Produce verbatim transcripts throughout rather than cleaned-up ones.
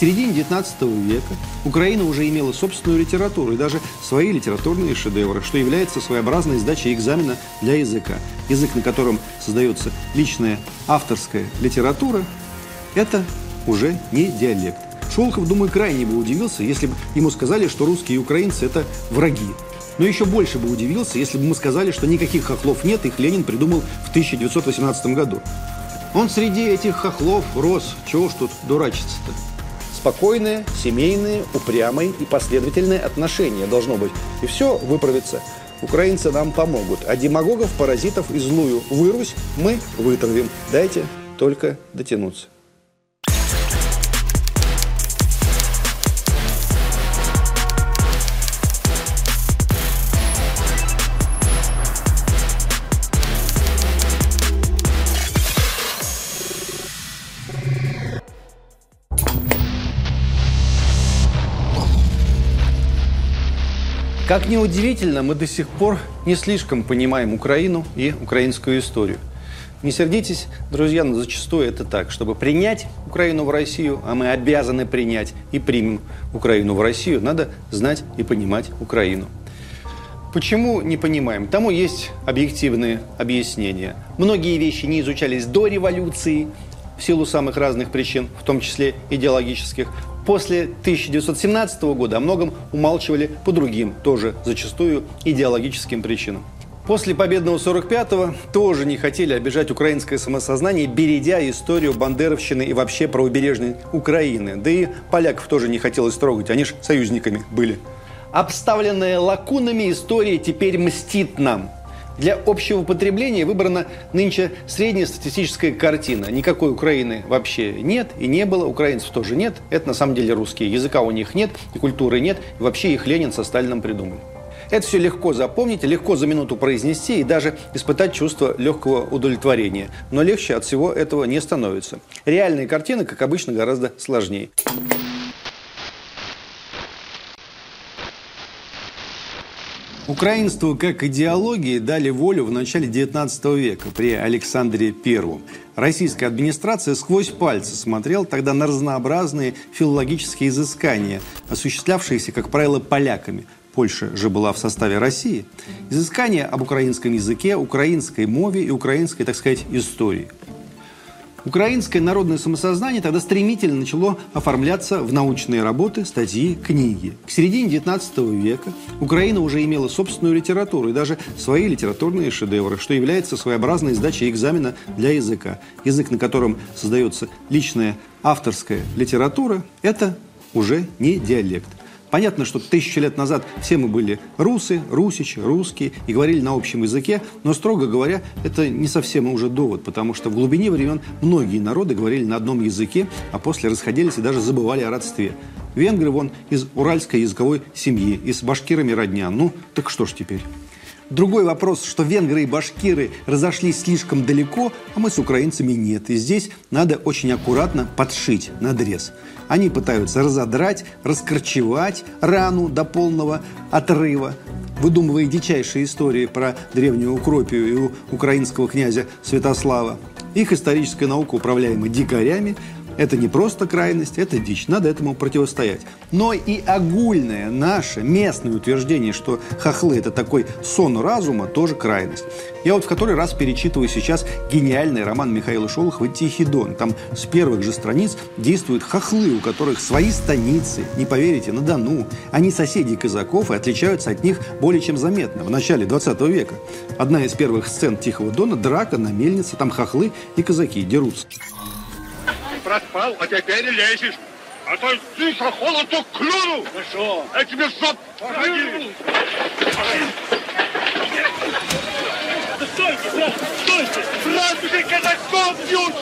середине девятнадцатого века Украина уже имела собственную литературу и даже свои литературные шедевры, что является своеобразной сдачей экзамена для языка. Язык, на котором создается личная авторская литература, это уже не диалект. Шолохов, думаю, крайне бы удивился, если бы ему сказали, что русские и украинцы – это враги. Но еще больше бы удивился, если бы мы сказали, что никаких хохлов нет, их Ленин придумал в тысяча девятьсот восемнадцатом году. Он среди этих хохлов рос, чего ж тут дурачиться-то? Спокойное, семейное, упрямое и последовательное отношение должно быть. И все выправится. Украинцы нам помогут, а демагогов, паразитов и злую вырусь мы вытравим. Дайте только дотянуться. Как ни удивительно, мы до сих пор не слишком понимаем Украину и украинскую историю. Не сердитесь, друзья, но зачастую это так. Чтобы принять Украину в Россию, а мы обязаны принять и примем Украину в Россию, надо знать и понимать Украину. Почему не понимаем? Тому есть объективные объяснения. Многие вещи не изучались до революции в силу самых разных причин, в том числе идеологических. После тысяча девятьсот семнадцатого года о многом умалчивали по другим, тоже зачастую идеологическим причинам. После победного сорок пятого тоже не хотели обижать украинское самосознание, бередя историю бандеровщины и вообще правобережной Украины. Да и поляков тоже не хотелось трогать, они же союзниками были. Обставленная лакунами история теперь мстит нам. Для общего потребления выбрана нынче среднестатистическая картина. Никакой Украины вообще нет и не было, украинцев тоже нет. Это на самом деле русские. Языка у них нет, и культуры нет, и вообще их Ленин со Сталиным придумали. Это все легко запомнить, легко за минуту произнести и даже испытать чувство легкого удовлетворения. Но легче от всего этого не становится. Реальные картины, как обычно, гораздо сложнее. Украинству как идеологии дали волю в начале девятнадцатого века при Александре Первом. Российская администрация сквозь пальцы смотрела тогда на разнообразные филологические изыскания, осуществлявшиеся, как правило, поляками. Польша же была в составе России. Изыскания об украинском языке, украинской мове и украинской, так сказать, истории. Украинское народное самосознание тогда стремительно начало оформляться в научные работы, статьи, книги. К середине девятнадцатого века Украина уже имела собственную литературу и даже свои литературные шедевры, что является своеобразной сдачей экзамена для языка. Язык, на котором создается личная авторская литература, это уже не диалект. Понятно, что тысячу лет назад все мы были русы, русичи, русские и говорили на общем языке, но, строго говоря, это не совсем уже довод, потому что в глубине времен многие народы говорили на одном языке, а после расходились и даже забывали о родстве. Венгры вон из уральской языковой семьи, и с башкирами родня. Ну, так что ж теперь? Другой вопрос, что венгры и башкиры разошлись слишком далеко, а мы с украинцами нет. И здесь надо очень аккуратно подшить надрез. Они пытаются разодрать, раскорчевать рану до полного отрыва, выдумывая дичайшие истории про древнюю Укропию и украинского князя Святослава. Их историческая наука управляема дикарями. Это не просто крайность, это дичь. Надо этому противостоять. Но и огульное наше местное утверждение, что хохлы – это такой сон разума, тоже крайность. Я вот в который раз перечитываю сейчас гениальный роман Михаила Шолохова «Тихий Дон». Там с первых же страниц действуют хохлы, у которых свои станицы, не поверите, на Дону. Они соседи казаков и отличаются от них более чем заметно в начале двадцатого века. Одна из первых сцен «Тихого Дона» – драка на мельнице, там хохлы и казаки дерутся. Проспал, а теперь лезешь. А то ты хохола, то клюну. Ну что? Я тебе жоп. Погоди. Стойте, стойте. Разве казаков бьют?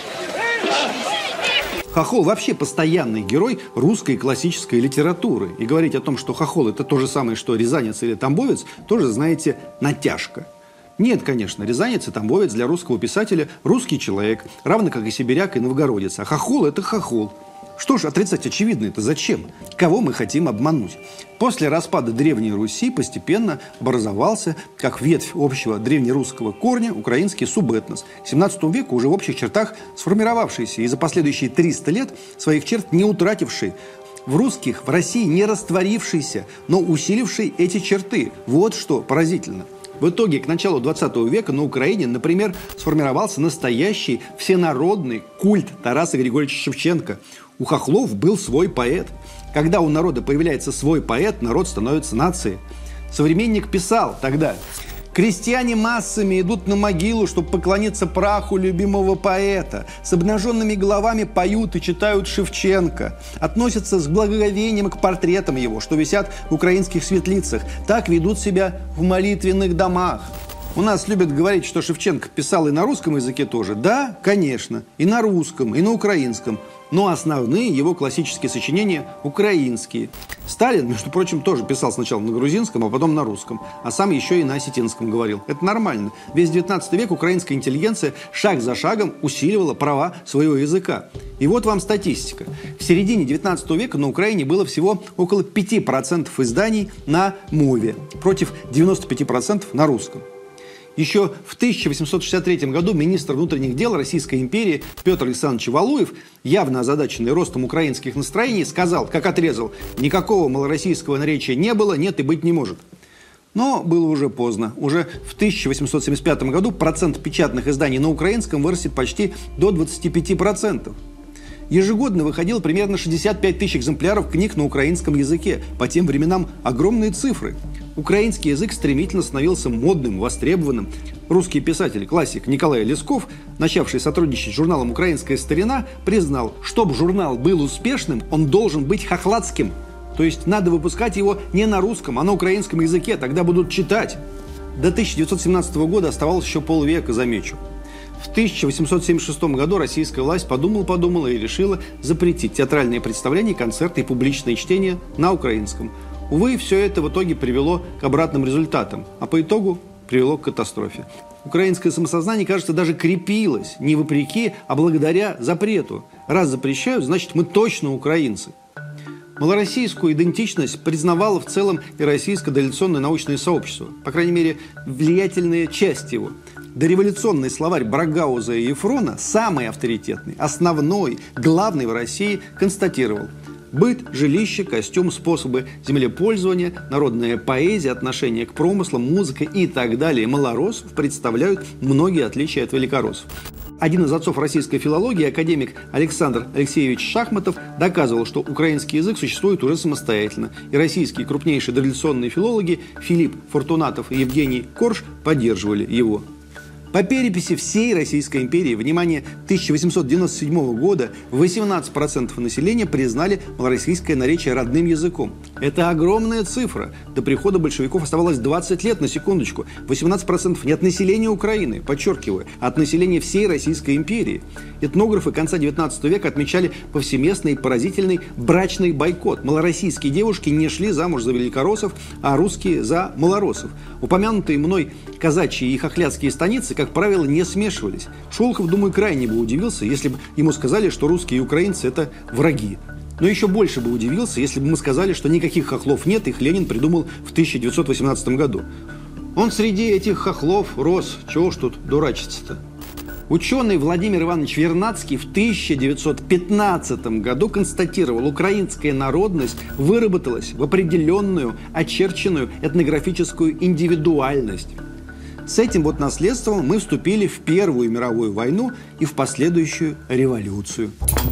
Хохол вообще постоянный герой русской классической литературы. И говорить о том, что хохол – это то же самое, что рязанец или тамбовец, тоже, знаете, натяжка. Нет, конечно, рязанец и тамбовец для русского писателя русский человек, равно как и сибиряк и новгородец. А хохол – это хохол. Что ж, отрицать очевидное-то зачем? Кого мы хотим обмануть? После распада Древней Руси постепенно образовался, как ветвь общего древнерусского корня, украинский субэтнос, к семнадцатому веку уже в общих чертах сформировавшийся и за последующие триста лет своих черт не утративший, в русских, в России не растворившийся, но усиливший эти черты. Вот что поразительно. В итоге к началу двадцатого века на Украине, например, сформировался настоящий всенародный культ Тараса Григорьевича Шевченко. У хохлов был свой поэт. Когда у народа появляется свой поэт, народ становится нацией. Современник писал тогда: «Крестьяне массами идут на могилу, чтобы поклониться праху любимого поэта. С обнаженными головами поют и читают Шевченко. Относятся с благоговением к портретам его, что висят в украинских светлицах. Так ведут себя в молитвенных домах». У нас любят говорить, что Шевченко писал и на русском языке тоже. Да, конечно, и на русском, и на украинском. Но основные его классические сочинения украинские. Сталин, между прочим, тоже писал сначала на грузинском, а потом на русском. А сам еще и на осетинском говорил. Это нормально. Весь девятнадцатый век украинская интеллигенция шаг за шагом усиливала права своего языка. И вот вам статистика. В середине девятнадцатого века на Украине было всего около пяти процентов изданий на мове против девяноста пяти процентов на русском. Еще в тысяча восемьсот шестьдесят третьем году министр внутренних дел Российской империи Петр Александрович Валуев, явно озадаченный ростом украинских настроений, сказал, как отрезал: «Никакого малороссийского наречия не было, нет и быть не может». Но было уже поздно. Уже в тысяча восемьсот семьдесят пятом году процент печатных изданий на украинском вырастет почти до двадцати пяти процентов. Ежегодно выходило примерно шестьдесят пять тысяч экземпляров книг на украинском языке. По тем временам огромные цифры. Украинский язык стремительно становился модным, востребованным. Русский писатель, классик Николай Лесков, начавший сотрудничать с журналом «Украинская старина», признал, чтобы журнал был успешным, он должен быть хохладским. То есть надо выпускать его не на русском, а на украинском языке, тогда будут читать. До тысяча девятьсот семнадцатого года оставалось еще полвека, замечу. В тысяча восемьсот семьдесят шестом году российская власть подумала-подумала и решила запретить театральные представления, концерты и публичные чтения на украинском. Увы, все это в итоге привело к обратным результатам, а по итогу привело к катастрофе. Украинское самосознание, кажется, даже крепилось не вопреки, а благодаря запрету. Раз запрещают, значит, мы точно украинцы. Малороссийскую идентичность признавало в целом и российское дореволюционное научное сообщество, по крайней мере, влиятельная часть его. Дореволюционный словарь Брагауза и Ефрона, самый авторитетный, основной, главный в России, констатировал: быт, жилище, костюм, способы землепользования, народная поэзия, отношение к промыслам, музыка и так далее малороссов представляют многие отличия от великороссов. Один из отцов российской филологии, академик Александр Алексеевич Шахматов, доказывал, что украинский язык существует уже самостоятельно, и российские крупнейшие дореволюционные филологи Филипп Фортунатов и Евгений Корж поддерживали его. По переписи всей Российской империи, внимание, тысяча восемьсот девяносто седьмого года восемнадцать процентов населения признали малороссийское наречие родным языком. Это огромная цифра. До прихода большевиков оставалось двадцать лет, на секундочку. восемнадцать процентов не от населения Украины, подчеркиваю, а от населения всей Российской империи. Этнографы конца девятнадцатого века отмечали повсеместный поразительный брачный бойкот. Малороссийские девушки не шли замуж за великороссов, а русские за малороссов. Упомянутые мной казачьи и хохлядские станицы, как правило, не смешивались. Шолохов, думаю, крайне бы удивился, если бы ему сказали, что русские и украинцы – это враги. Но еще больше бы удивился, если бы мы сказали, что никаких хохлов нет, их Ленин придумал в тысяча девятьсот восемнадцатом году. Он среди этих хохлов рос, чего ж тут дурачиться-то? Ученый Владимир Иванович Вернадский в тысяча девятьсот пятнадцатом году констатировал: украинская народность выработалась в определенную, очерченную этнографическую индивидуальность. С этим вот наследством мы вступили в Первую мировую войну и в последующую революцию.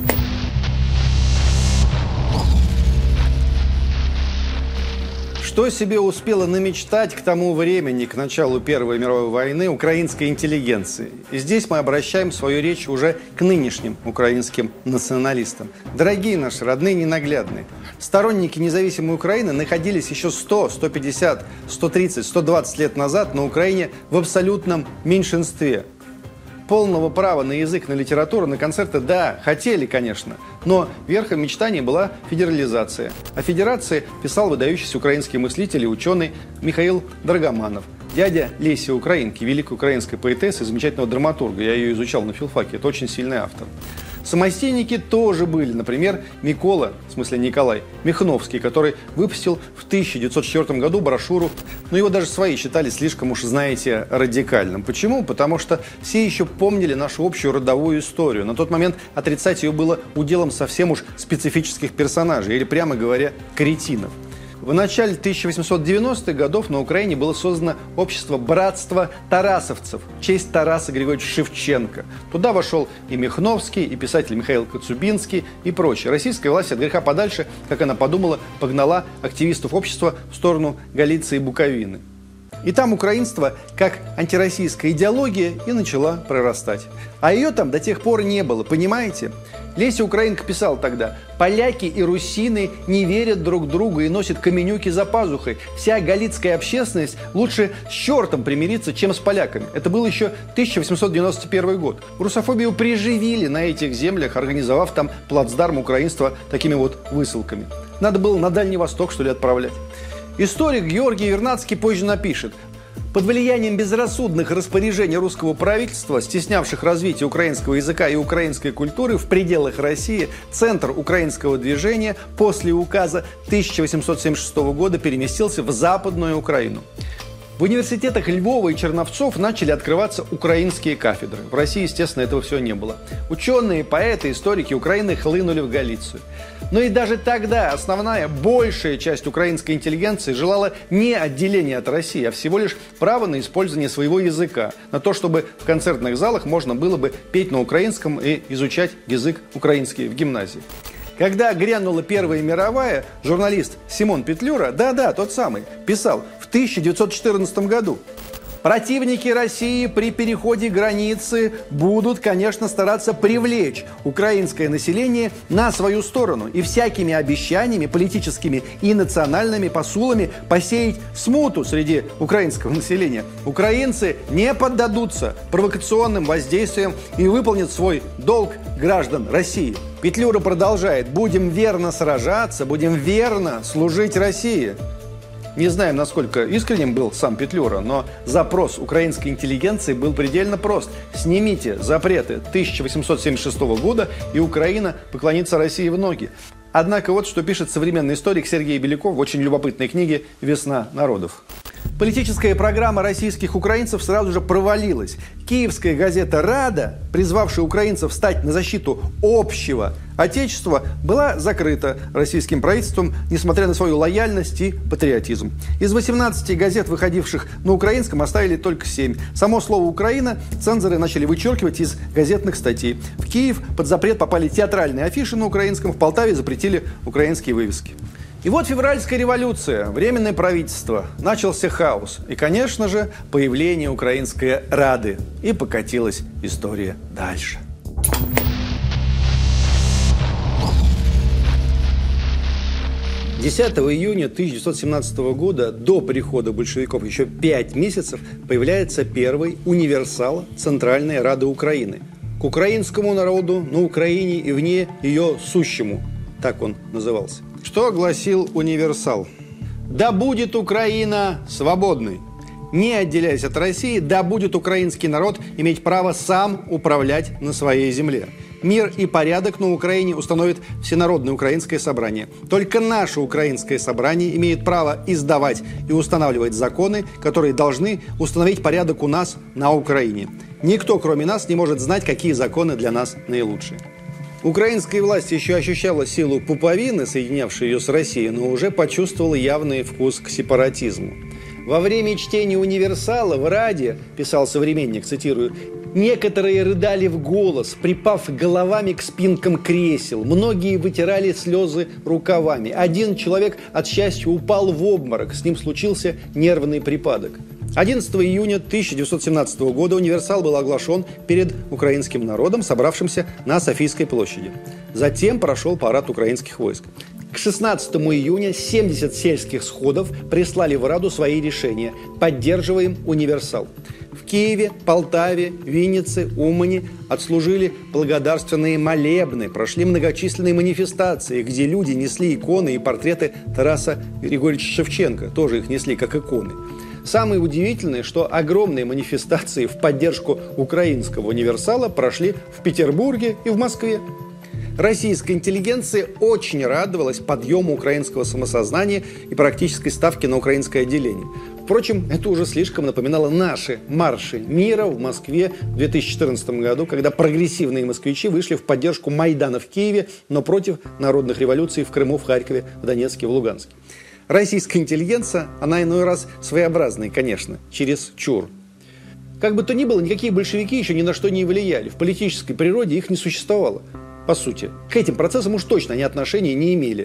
Что себе успела намечтать к тому времени, к началу Первой мировой войны, украинской интеллигенции? И здесь мы обращаем свою речь уже к нынешним украинским националистам. Дорогие наши родные ненаглядные, сторонники независимой Украины находились еще сто, сто пятьдесят, сто тридцать, сто двадцать лет назад на Украине в абсолютном меньшинстве. Полного права на язык, на литературу, на концерты, да, хотели, конечно, но верхом мечтания была федерализация. О федерации писал выдающийся украинский мыслитель и ученый Михаил Драгоманов, дядя Леси Украинки, великой украинской поэтессы и замечательного драматурга. Я ее изучал на филфаке, это очень сильный автор. Самостейники тоже были. Например, Микола, в смысле Николай, Михновский, который выпустил в тысяча девятьсот четвёртом году брошюру, но его даже свои считали слишком уж, знаете, радикальным. Почему? Потому что все еще помнили нашу общую родовую историю. На тот момент отрицать ее было уделом совсем уж специфических персонажей, или, прямо говоря, кретинов. В начале тысяча восемьсот девяностых годов на Украине было создано общество «Братство тарасовцев» в честь Тараса Григорьевича Шевченко. Туда вошел и Михновский, и писатель Михаил Коцюбинский, и прочие. Российская власть от греха подальше, как она подумала, погнала активистов общества в сторону Галиции и Буковины. И там украинство, как антироссийская идеология, и начала прорастать. А ее там до тех пор не было, понимаете? Леся Украинка писал тогда: «Поляки и русины не верят друг другу и носят каменюки за пазухой. Вся галицкая общественность лучше с чертом примириться, чем с поляками». Это был еще тысяча восемьсот девяносто первый год. Русофобию приживили на этих землях, организовав там плацдарм украинства такими вот высылками. Надо было на Дальний Восток, что ли, отправлять. Историк Георгий Вернадский позже напишет: под влиянием безрассудных распоряжений русского правительства, стеснявших развитие украинского языка и украинской культуры в пределах России, центр украинского движения после указа тысяча восемьсот семьдесят шестого года переместился в Западную Украину. В университетах Львова и Черновцов начали открываться украинские кафедры. В России, естественно, этого всего не было. Ученые, поэты, историки Украины хлынули в Галицию. Но и даже тогда основная, большая часть украинской интеллигенции желала не отделения от России, а всего лишь права на использование своего языка, на то, чтобы в концертных залах можно было бы петь на украинском и изучать язык украинский в гимназии. Когда грянула Первая мировая, журналист Симон Петлюра, да-да, тот самый, писал в тысяча девятьсот четырнадцатом году: «Противники России при переходе границы будут, конечно, стараться привлечь украинское население на свою сторону и всякими обещаниями политическими и национальными посулами посеять смуту среди украинского населения. Украинцы не поддадутся провокационным воздействиям и выполнят свой долг граждан России». Петлюра продолжает: «Будем верно сражаться, будем верно служить России». Не знаем, насколько искренним был сам Петлюра, но запрос украинской интеллигенции был предельно прост. Снимите запреты тысяча восемьсот семьдесят шестого года, и Украина поклонится России в ноги. Однако вот что пишет современный историк Сергей Беляков в очень любопытной книге «Весна народов». Политическая программа российских украинцев сразу же провалилась. Киевская газета «Рада», призвавшая украинцев встать на защиту общего отечества, была закрыта российским правительством, несмотря на свою лояльность и патриотизм. Из восемнадцати газет, выходивших на украинском, оставили только семь. Само слово «Украина» цензоры начали вычеркивать из газетных статей. В Киев под запрет попали театральные афиши на украинском, в Полтаве запретили украинские вывески. И вот февральская революция, временное правительство, начался хаос. И, конечно же, появление украинской Рады. И покатилась история дальше. десятого июня тысяча девятьсот семнадцатого года, до прихода большевиков еще пять месяцев, появляется первый универсал Центральной Рады Украины. К украинскому народу на Украине и вне ее сущему. Так он назывался. Что гласил универсал? «Да будет Украина свободной! Не отделяясь от России, да будет украинский народ иметь право сам управлять на своей земле. Мир и порядок на Украине установит Всенародное украинское собрание. Только наше украинское собрание имеет право издавать и устанавливать законы, которые должны установить порядок у нас на Украине. Никто, кроме нас, не может знать, какие законы для нас наилучшие». Украинская власть еще ощущала силу пуповины, соединявшей ее с Россией, но уже почувствовала явный вкус к сепаратизму. Во время чтения «Универсала» в Раде, писал современник, цитирую, «некоторые рыдали в голос, припав головами к спинкам кресел. Многие вытирали слезы рукавами. Один человек от счастья упал в обморок. С ним случился нервный припадок». одиннадцатого июня тысяча девятьсот семнадцатого года «Универсал» был оглашен перед украинским народом, собравшимся на Софийской площади. Затем прошел парад украинских войск. К шестнадцатому июня семьдесят сельских сходов прислали в Раду свои решения. Поддерживаем «Универсал». В Киеве, Полтаве, Виннице, Умане отслужили благодарственные молебны, прошли многочисленные манифестации, где люди несли иконы и портреты Тараса Григорьевича Шевченко, тоже их несли как иконы. Самое удивительное, что огромные манифестации в поддержку украинского универсала прошли в Петербурге и в Москве. Российская интеллигенция очень радовалась подъему украинского самосознания и практической ставки на украинское отделение. Впрочем, это уже слишком напоминало наши марши мира в Москве в две тысячи четырнадцатом году, когда прогрессивные москвичи вышли в поддержку Майдана в Киеве, но против народных революций в Крыму, в Харькове, в Донецке, в Луганске. Российская интеллигенция, она иной раз своеобразная, конечно, чересчур. Как бы то ни было, никакие большевики еще ни на что не влияли. В политической природе их не существовало. По сути, к этим процессам уж точно они отношения не имели.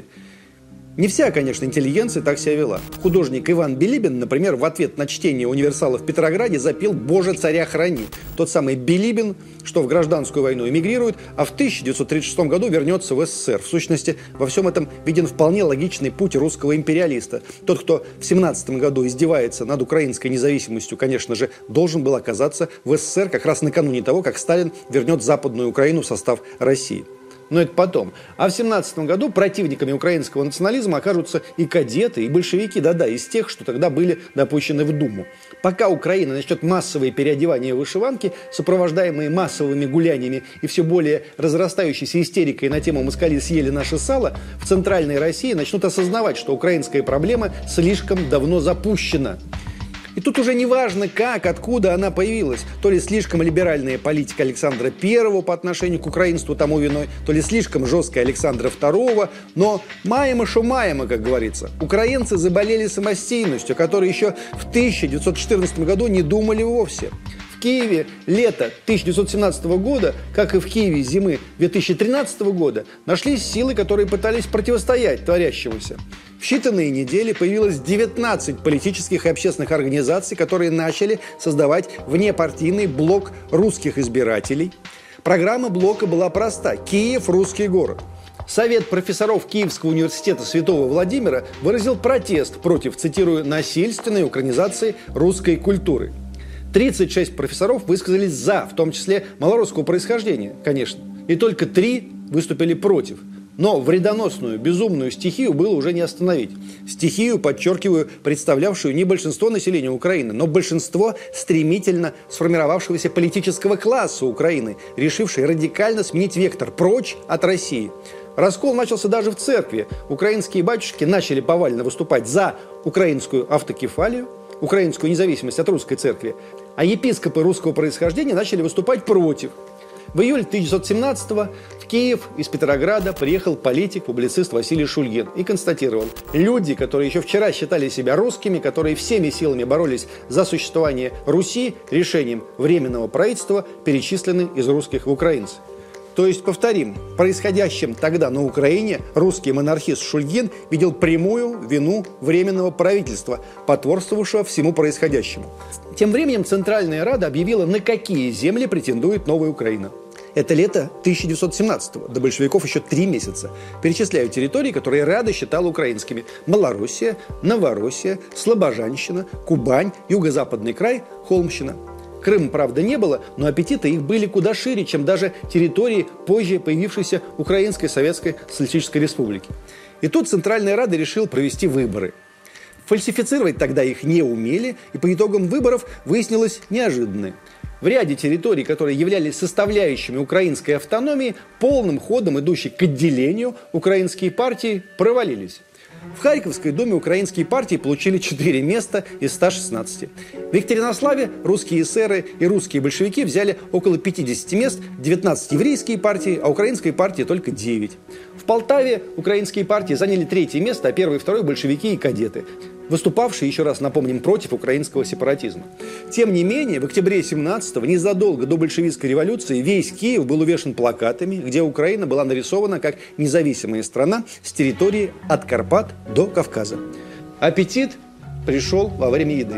Не вся, конечно, интеллигенция так себя вела. Художник Иван Билибин, например, в ответ на чтение «Универсала» в Петрограде запел «Боже, царя храни». Тот самый Билибин, что в гражданскую войну эмигрирует, а в тысяча девятьсот тридцать шестом году вернется в СССР. В сущности, во всем этом виден вполне логичный путь русского империалиста. Тот, кто в семнадцатом году издевается над украинской независимостью, конечно же, должен был оказаться в СССР как раз накануне того, как Сталин вернет Западную Украину в состав России. Но это потом. А в семнадцатом году противниками украинского национализма окажутся и кадеты, и большевики, да-да, из тех, что тогда были допущены в Думу. Пока Украина начнет массовые переодевания в вышиванки, сопровождаемые массовыми гуляниями и все более разрастающейся истерикой на тему «москали съели наше сало», в Центральной России начнут осознавать, что украинская проблема слишком давно запущена. И тут уже не важно, как, откуда она появилась. То ли слишком либеральная политика Александра Первого по отношению к украинству тому виной, то ли слишком жесткая Александра Второго. Но маемо шо маемо, как говорится. Украинцы заболели самостийностью, о которой еще в тысяча девятьсот четырнадцатом году не думали вовсе. В Киеве лето тысяча девятьсот семнадцатого года, как и в Киеве зимы две тысячи тринадцатого года, нашлись силы, которые пытались противостоять творящемуся. В считанные недели появилось девятнадцать политических и общественных организаций, которые начали создавать внепартийный блок русских избирателей. Программа блока была проста: Киев – русский город. Совет профессоров Киевского университета Святого Владимира выразил протест против, цитирую, насильственной украинизации русской культуры. тридцать шесть профессоров высказались за, в том числе малорусского происхождения, конечно. И только три выступили против. Но вредоносную, безумную стихию было уже не остановить. Стихию, подчеркиваю, представлявшую не большинство населения Украины, но большинство стремительно сформировавшегося политического класса Украины, решившей радикально сменить вектор прочь от России. Раскол начался даже в церкви. Украинские батюшки начали повально выступать за украинскую автокефалию, украинскую независимость от русской церкви, а епископы русского происхождения начали выступать против. В июле тысяча девятьсот семнадцатого в Киев из Петрограда приехал политик, публицист Василий Шульгин и констатировал: люди, которые еще вчера считали себя русскими, которые всеми силами боролись за существование Руси, решением Временного правительства перечислены из русских в украинцы. То есть, повторим, в происходящем тогда на Украине русский монархист Шульгин видел прямую вину Временного правительства, потворствовавшего всему происходящему. Тем временем Центральная Рада объявила, на какие земли претендует новая Украина. Это лето тысяча девятьсот семнадцатого, до большевиков еще три месяца. Перечисляю территории, которые Рада считала украинскими: Малороссия, Новороссия, Слобожанщина, Кубань, Юго-Западный край, Холмщина. Крыма, правда, не было, но аппетиты их были куда шире, чем даже территории позже появившейся Украинской Советской Социалистической Республики. И тут Центральная Рада решила провести выборы. Фальсифицировать тогда их не умели, и по итогам выборов выяснилось неожиданное. В ряде территорий, которые являлись составляющими украинской автономии, полным ходом идущей к отделению, украинские партии провалились. В Харьковской думе украинские партии получили четыре места из ста шестнадцати. В Екатеринославе русские эсеры и русские большевики взяли около пятидесяти мест, девятнадцать еврейские партии, а украинской партии только девять. В Полтаве украинские партии заняли третье место, а первое и второе большевики и кадеты, выступавшие, еще раз напомним, против украинского сепаратизма. Тем не менее, в октябре семнадцатого, незадолго до большевистской революции, весь Киев был увешан плакатами, где Украина была нарисована как независимая страна с территории от Карпат до Кавказа. Аппетит пришел во время еды.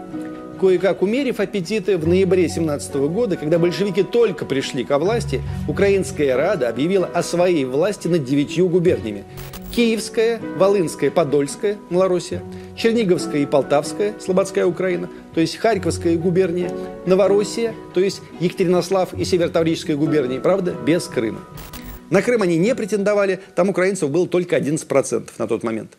Кое-как умерив аппетиты, в ноябре семнадцатого года, когда большевики только пришли ко власти, Украинская Рада объявила о своей власти над девятью губерниями: Киевская, Волынская, Подольская, Малороссия, Черниговская и Полтавская, Слободская Украина, то есть Харьковская губерния, Новороссия, то есть Екатеринослав и Северо-Таврическая губернии, правда, без Крыма. На Крым они не претендовали, там украинцев было только одиннадцать процентов на тот момент.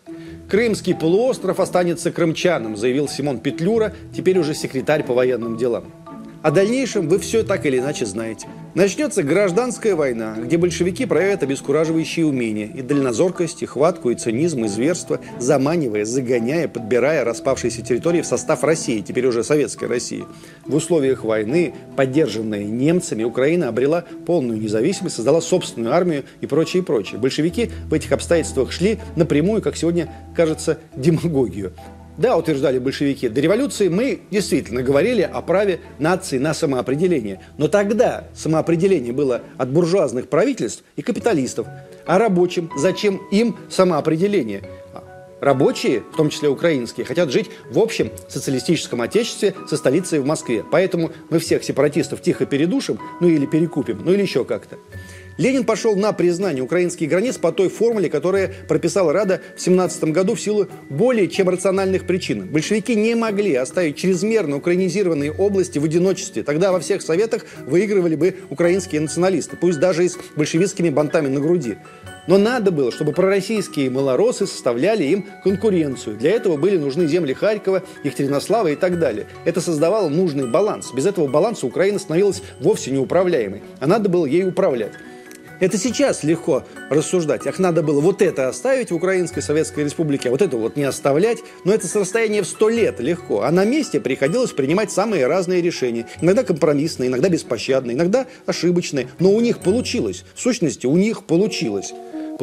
Крымский полуостров останется крымчанам, заявил Симон Петлюра, теперь уже секретарь по военным делам. О дальнейшем вы все так или иначе знаете. Начнется гражданская война, где большевики проявят обескураживающие умения и дальнозоркость, и хватку, и цинизм, и зверство, заманивая, загоняя, подбирая распавшиеся территории в состав России, теперь уже советской России. В условиях войны, поддержанная немцами, Украина обрела полную независимость, создала собственную армию и прочее, и прочее. Большевики в этих обстоятельствах шли напрямую, как сегодня кажется, демагогию. Да, утверждали большевики, до революции мы действительно говорили о праве нации на самоопределение. Но тогда самоопределение было от буржуазных правительств и капиталистов. А рабочим зачем им самоопределение? Рабочие, в том числе украинские, хотят жить в общем социалистическом отечестве со столицей в Москве. Поэтому мы всех сепаратистов тихо передушим, ну или перекупим, ну или еще как-то. Ленин пошел на признание украинских границ по той формуле, которая прописала Рада в семнадцатом году в силу более чем рациональных причин. Большевики не могли оставить чрезмерно украинизированные области в одиночестве. Тогда во всех советах выигрывали бы украинские националисты, пусть даже и с большевистскими бантами на груди. Но надо было, чтобы пророссийские малороссы составляли им конкуренцию. Для этого были нужны земли Харькова, Екатеринослава и так далее. Это создавало нужный баланс. Без этого баланса Украина становилась вовсе неуправляемой. А надо было ей управлять. Это сейчас легко рассуждать. Ах, надо было вот это оставить в Украинской Советской Республике, а вот это вот не оставлять. Но это с расстояния в сто лет легко. А на месте приходилось принимать самые разные решения. Иногда компромиссные, иногда беспощадные, иногда ошибочные. Но у них получилось. В сущности, у них получилось.